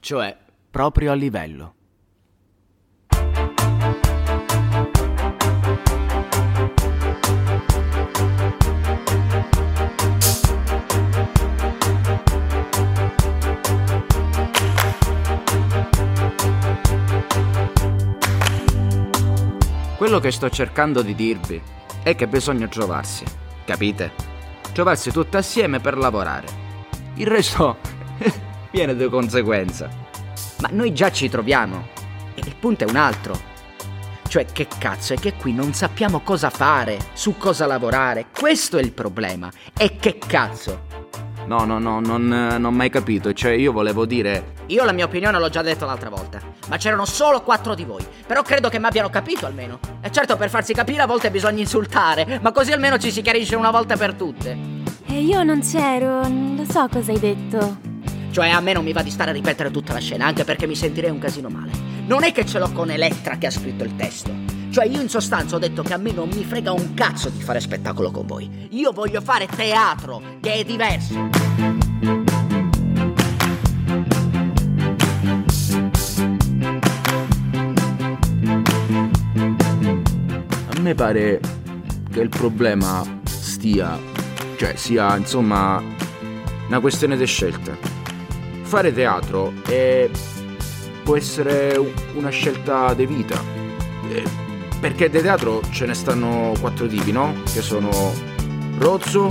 cioè proprio a livello. Quello che sto cercando di dirvi è che bisogna trovarsi, capite? Trovarsi tutti assieme per lavorare. Il resto viene di conseguenza. Ma noi già ci troviamo. E il punto è un altro. Cioè, che cazzo è che qui non sappiamo cosa fare, su cosa lavorare. Questo è il problema. E che cazzo? No, non ho mai capito. Cioè, io volevo dire... Io la mia opinione l'ho già detto l'altra volta. Ma c'erano solo 4 di voi. Però credo che mi abbiano capito almeno. E certo, per farsi capire a volte bisogna insultare, ma così almeno ci si chiarisce una volta per tutte. E io non c'ero, non lo so cosa hai detto. Cioè, a me non mi va di stare a ripetere tutta la scena, anche perché mi sentirei un casino male. Non è che ce l'ho con Elettra che ha scritto il testo. Cioè, io in sostanza ho detto che a me non mi frega un cazzo di fare spettacolo con voi. Io voglio fare teatro, che è diverso. A me pare che il problema sia insomma una questione di scelta. Fare teatro può essere una scelta di vita, perché di teatro ce ne stanno 4 tipi, no? Che sono rozzo,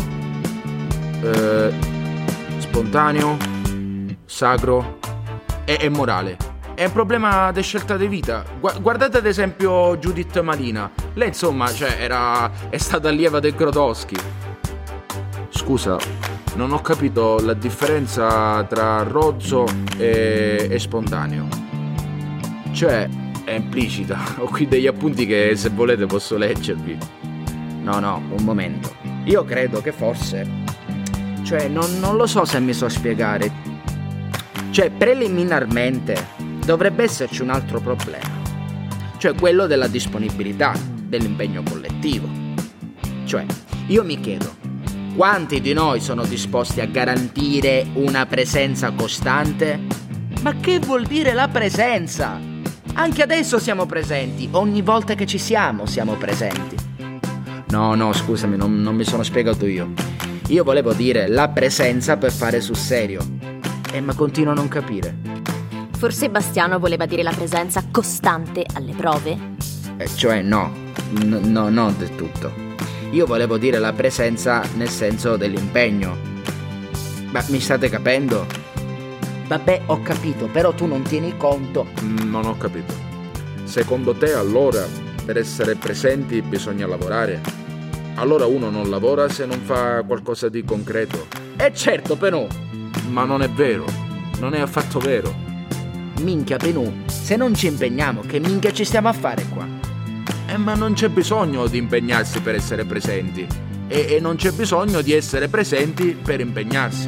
spontaneo, sacro e morale. È un problema di scelta di vita. Guardate ad esempio Judith Malina. Lei insomma, è stata allieva del Grotowski. Scusa, non ho capito la differenza tra rozzo e spontaneo. Cioè, è implicita. Ho qui degli appunti che se volete posso leggervi. No, un momento. Io credo che forse... Cioè, non lo so se mi so spiegare. Cioè, preliminarmente dovrebbe esserci un altro problema. Cioè, quello della disponibilità, dell'impegno collettivo. Cioè, io mi chiedo, quanti di noi sono disposti a garantire una presenza costante? Ma che vuol dire la presenza? Anche adesso siamo presenti, ogni volta che ci siamo presenti. No, scusami, non mi sono spiegato io. Io volevo dire la presenza per fare sul serio. Ma continuo a non capire. Forse Bastiano voleva dire la presenza costante alle prove? Cioè no, non del tutto. Io volevo dire la presenza nel senso dell'impegno. Ma mi state capendo? Vabbè, ho capito, però tu non tieni conto. Non ho capito. Secondo te allora per essere presenti bisogna lavorare? Allora uno non lavora se non fa qualcosa di concreto? Certo, però. Ma non è vero, non è affatto vero. Minchia Penù, se non ci impegniamo, che minchia ci stiamo a fare qua? Ma non c'è bisogno di impegnarsi per essere presenti e non c'è bisogno di essere presenti per impegnarsi.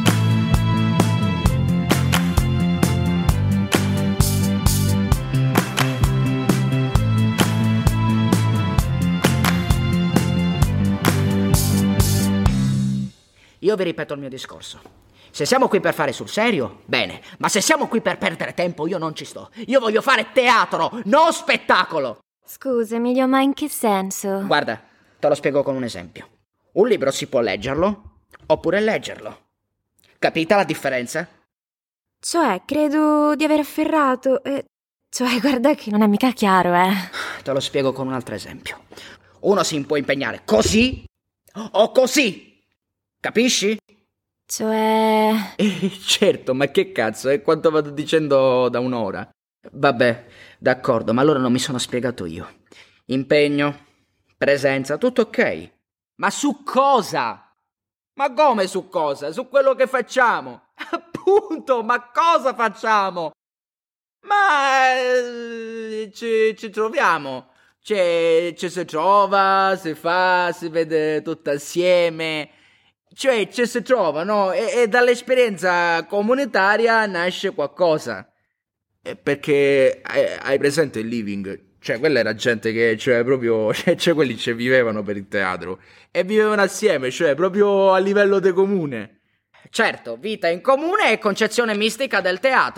Io vi ripeto il mio discorso. Se siamo qui per fare sul serio, bene. Ma se siamo qui per perdere tempo, io non ci sto. Io voglio fare teatro, non spettacolo. Scusa, Emilio, ma in che senso? Guarda, te lo spiego con un esempio. Un libro si può leggerlo, oppure leggerlo. Capita la differenza? Cioè, credo di aver afferrato... Cioè, guarda che non è mica chiaro, Te lo spiego con un altro esempio. Uno si può impegnare così o così. Capisci? Cioè... Certo, ma che cazzo, è quanto vado dicendo da un'ora. Vabbè, d'accordo, ma allora non mi sono spiegato io. Impegno, presenza, tutto ok. Ma su cosa? Ma come su cosa? Su quello che facciamo. Appunto, ma cosa facciamo? Ma ci troviamo. Ci si trova, si fa, si vede tutto assieme. Cioè, ci si trova, no? E dall'esperienza comunitaria nasce qualcosa. Perché hai presente il living? Cioè, quella era gente che, cioè, proprio, cioè, quelli ci vivevano per il teatro. E vivevano assieme, cioè, proprio a livello di comune. Certo, vita in comune e concezione mistica del teatro.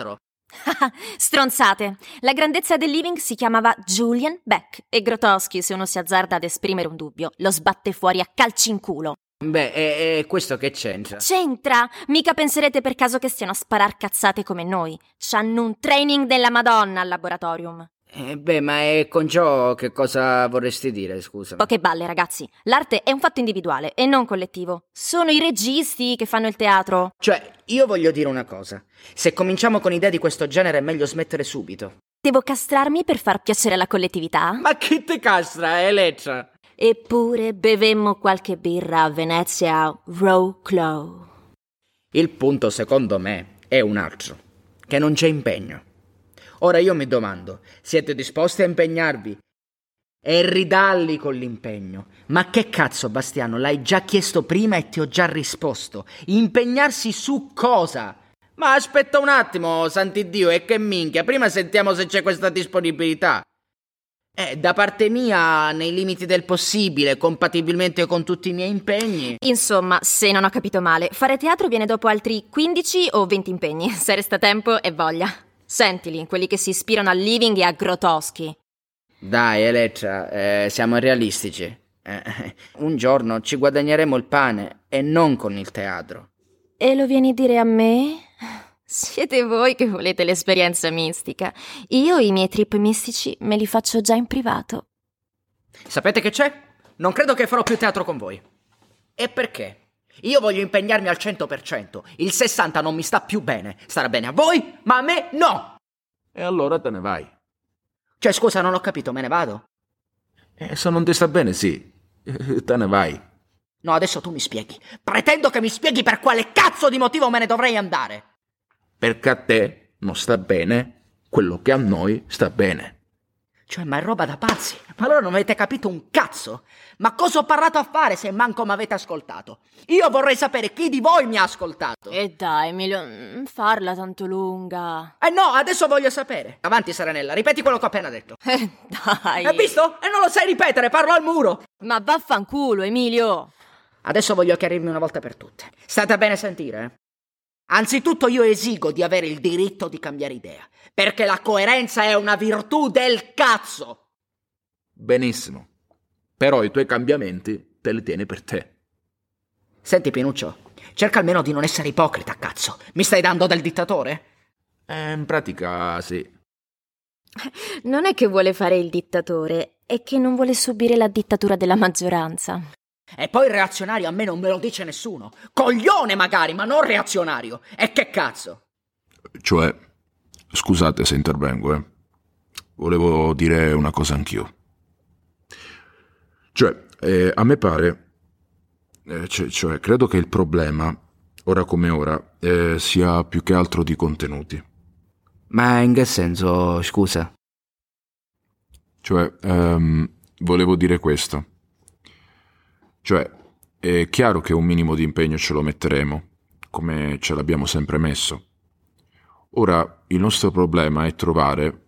Stronzate. La grandezza del living si chiamava Julian Beck e Grotowski, se uno si azzarda ad esprimere un dubbio, lo sbatte fuori a calci in culo. Beh, e questo che c'entra? C'entra? Mica penserete per caso che stiano a sparar cazzate come noi. C'hanno un training della Madonna al laboratorium. Ma con ciò che cosa vorresti dire, scusa? Poche balle, ragazzi. L'arte è un fatto individuale e non collettivo. Sono i registi che fanno il teatro. Cioè, io voglio dire una cosa. Se cominciamo con idee di questo genere è meglio smettere subito. Devo castrarmi per far piacere alla collettività? Ma chi te castra, Elettra? Eppure bevemmo qualche birra a Venezia Row Claw. Il punto, secondo me, è un altro. Che non c'è impegno. Ora io mi domando, siete disposti a impegnarvi? E ridalli con l'impegno. Ma che cazzo, Bastiano, l'hai già chiesto prima e ti ho già risposto. Impegnarsi su cosa? Ma aspetta un attimo, sant'Iddio, e che minchia, prima sentiamo se c'è questa disponibilità. Da parte mia, nei limiti del possibile, compatibilmente con tutti i miei impegni. Insomma, se non ho capito male, fare teatro viene dopo altri 15 o 20 impegni, se resta tempo e voglia. Sentili, quelli che si ispirano al living e a Grotowski. Dai, Elettra, siamo realistici. Un giorno ci guadagneremo il pane e non con il teatro. E lo vieni a dire a me? Siete voi che volete l'esperienza mistica. Io i miei trip mistici me li faccio già in privato. Sapete che c'è? Non credo che farò più teatro con voi. E perché? Io voglio impegnarmi al 100%. Il 60% non mi sta più bene. Starà bene a voi, ma a me no! E allora te ne vai. Cioè, scusa, non ho capito, me ne vado? Se non ti sta bene, sì. Te ne vai. No, adesso tu mi spieghi. Pretendo che mi spieghi per quale cazzo di motivo me ne dovrei andare. Perché a te non sta bene quello che a noi sta bene. Cioè, ma è roba da pazzi. Ma allora non avete capito un cazzo. Ma cosa ho parlato a fare se manco mi avete ascoltato? Io vorrei sapere chi di voi mi ha ascoltato. E dai, Emilio, non farla tanto lunga. No, adesso voglio sapere. Avanti, Serenella, ripeti quello che ho appena detto. Dai. Hai visto? E non lo sai ripetere, parlo al muro. Ma vaffanculo, Emilio. Adesso voglio chiarirmi una volta per tutte. State bene a sentire, eh? Anzitutto io esigo di avere il diritto di cambiare idea, perché la coerenza è una virtù del cazzo. Benissimo. Però i tuoi cambiamenti te li tieni per te. Senti, Pinuccio, cerca almeno di non essere ipocrita, cazzo. Mi stai dando del dittatore? In pratica, sì. Non è che vuole fare il dittatore, è che non vuole subire la dittatura della maggioranza. E poi reazionario a me non me lo dice nessuno. Coglione magari, ma non reazionario. E che cazzo? Cioè, scusate se intervengo, volevo dire una cosa anch'io. Cioè, a me pare, cioè, credo che il problema, ora come ora, sia più che altro di contenuti. Ma in che senso, scusa? Cioè, volevo dire questo. Cioè, è chiaro che un minimo di impegno ce lo metteremo, come ce l'abbiamo sempre messo. Ora, il nostro problema è trovare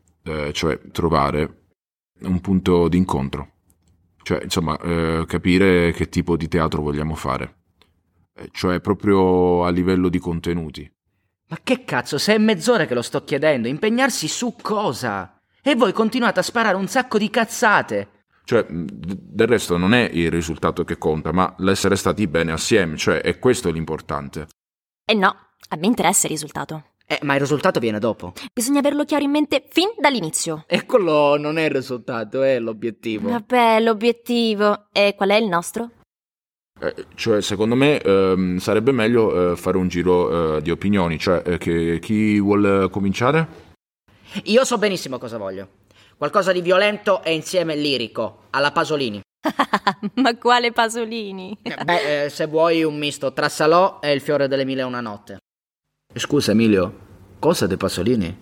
un punto d'incontro. Cioè, insomma, capire che tipo di teatro vogliamo fare. Cioè, proprio a livello di contenuti. Ma che cazzo, se è mezz'ora che lo sto chiedendo, impegnarsi su cosa? E voi continuate a sparare un sacco di cazzate. Cioè, del resto non è il risultato che conta, ma l'essere stati bene assieme, cioè, è questo l'importante. No, a me interessa il risultato. Ma il risultato viene dopo. Bisogna averlo chiaro in mente fin dall'inizio. E quello non è il risultato, è l'obiettivo. Vabbè, l'obiettivo. E qual è il nostro? Cioè, secondo me sarebbe meglio fare un giro di opinioni, cioè, che chi vuole cominciare? Io so benissimo cosa voglio. Qualcosa di violento e insieme lirico, alla Pasolini. Ma quale Pasolini? Se vuoi un misto tra Salò e Il fiore delle mille e una notte. Scusa Emilio, cosa dei Pasolini?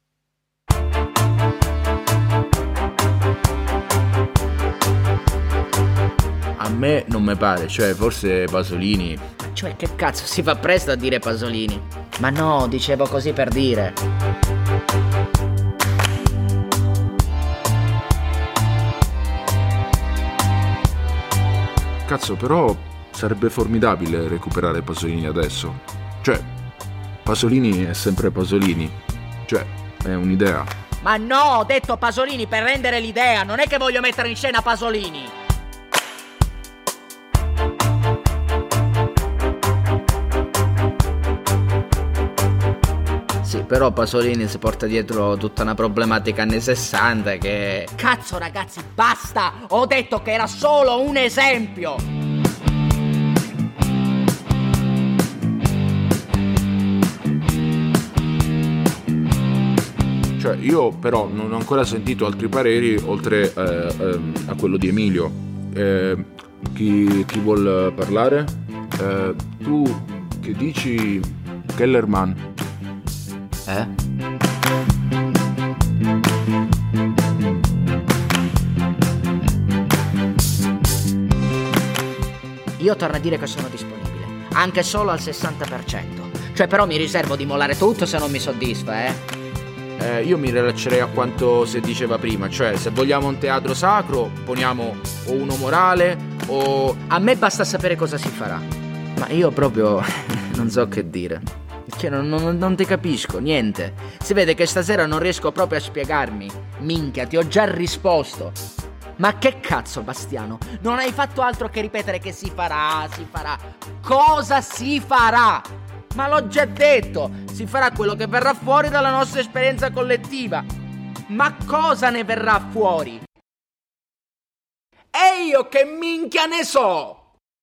A me non mi pare, cioè forse Pasolini. Cioè che cazzo si fa presto a dire Pasolini? Ma no, dicevo così per dire. Cazzo, però sarebbe formidabile recuperare Pasolini adesso. Cioè, Pasolini è sempre Pasolini. Cioè, è un'idea. Ma no, ho detto Pasolini per rendere l'idea, non è che voglio mettere in scena Pasolini. Sì, però Pasolini si porta dietro tutta una problematica anni 60 che... Cazzo ragazzi, basta! Ho detto che era solo un esempio! Cioè, io però non ho ancora sentito altri pareri oltre a quello di Emilio. Chi vuol parlare? Tu che dici, Kellerman? Io torno a dire che sono disponibile, anche solo al 60%. Cioè però mi riservo di mollare tutto se non mi soddisfa, Io mi rilaccerei a quanto si diceva prima, cioè se vogliamo un teatro sacro poniamo o uno morale o... A me basta sapere cosa si farà. Ma io proprio non so che dire. Cioè non ti capisco, niente. Si vede che stasera non riesco proprio a spiegarmi. Minchia, ti ho già risposto. Ma che cazzo, Bastiano? Non hai fatto altro che ripetere che si farà, si farà. Cosa si farà? Ma l'ho già detto, si farà quello che verrà fuori dalla nostra esperienza collettiva. Ma cosa ne verrà fuori? E io che minchia ne so?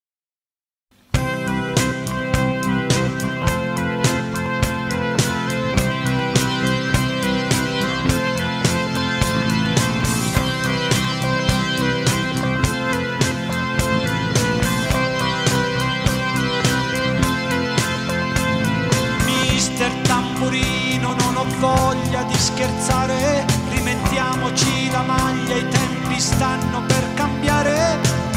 Tamburino, non ho voglia di scherzare, rimettiamoci la maglia, i tempi stanno per cambiare.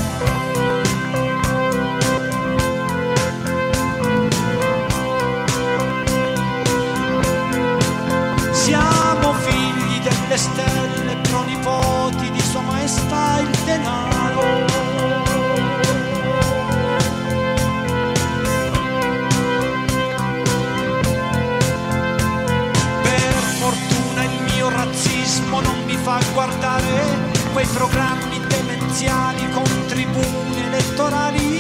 Siamo figli delle stelle, pronipoti di Sua Maestà il denaro. Razzismo non mi fa guardare quei programmi demenziali con tribune elettorali.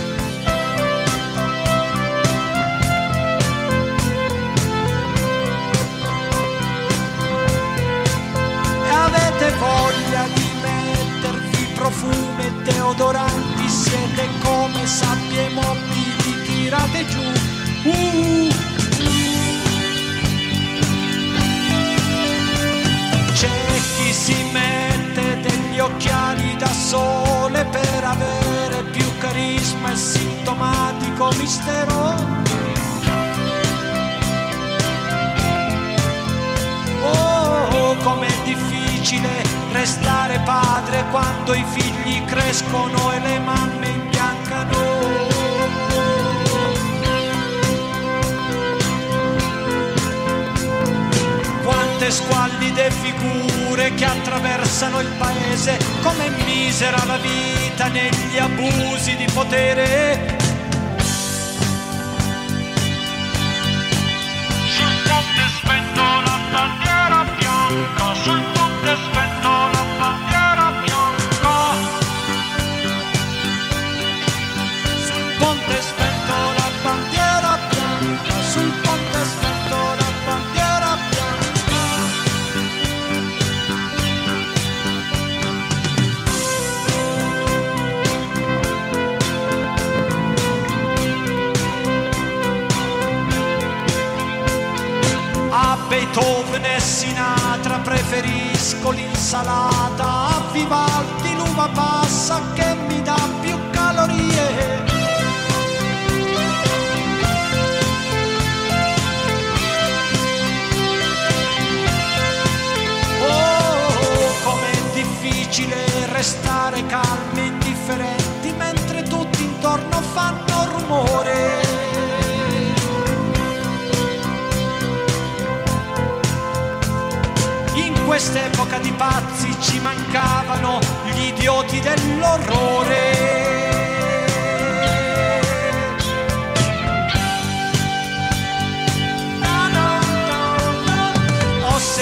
E avete voglia di mettervi profumi e deodoranti, siete come sabbie mobili, tirate giù. C'è chi si mette degli occhiali da sole per avere più carisma e sintomatico mistero. Oh, com'è difficile restare padre quando i figli crescono e le mamme imbiancano. Quante squallide figure che attraversano il paese, come misera la vita negli abusi di potere. Sul ponte spento la bandiera bianca, sul ponte spento la bandiera bianca. Sul ponte spento la bandiera bianca, sul ponte spento la bandiera bianca. Beethoven e Sinatra preferisco l'insalata, a Vivaldi l'uva passa che mi dà più calorie. Oh, com'è difficile restare calmi e indifferenti mentre tutti intorno fanno rumore. In quest'epoca di pazzi ci mancavano gli idioti dell'orrore. No, no, no, no. Ho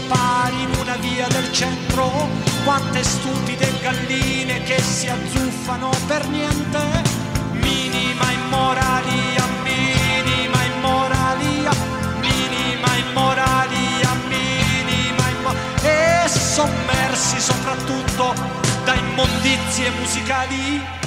pari in una via del centro, quante stupide galline che si azzuffano per niente. Minima immoralia, minima immoralia, minima immoralia, minima immoralia. E sommersi soprattutto da immondizie musicali.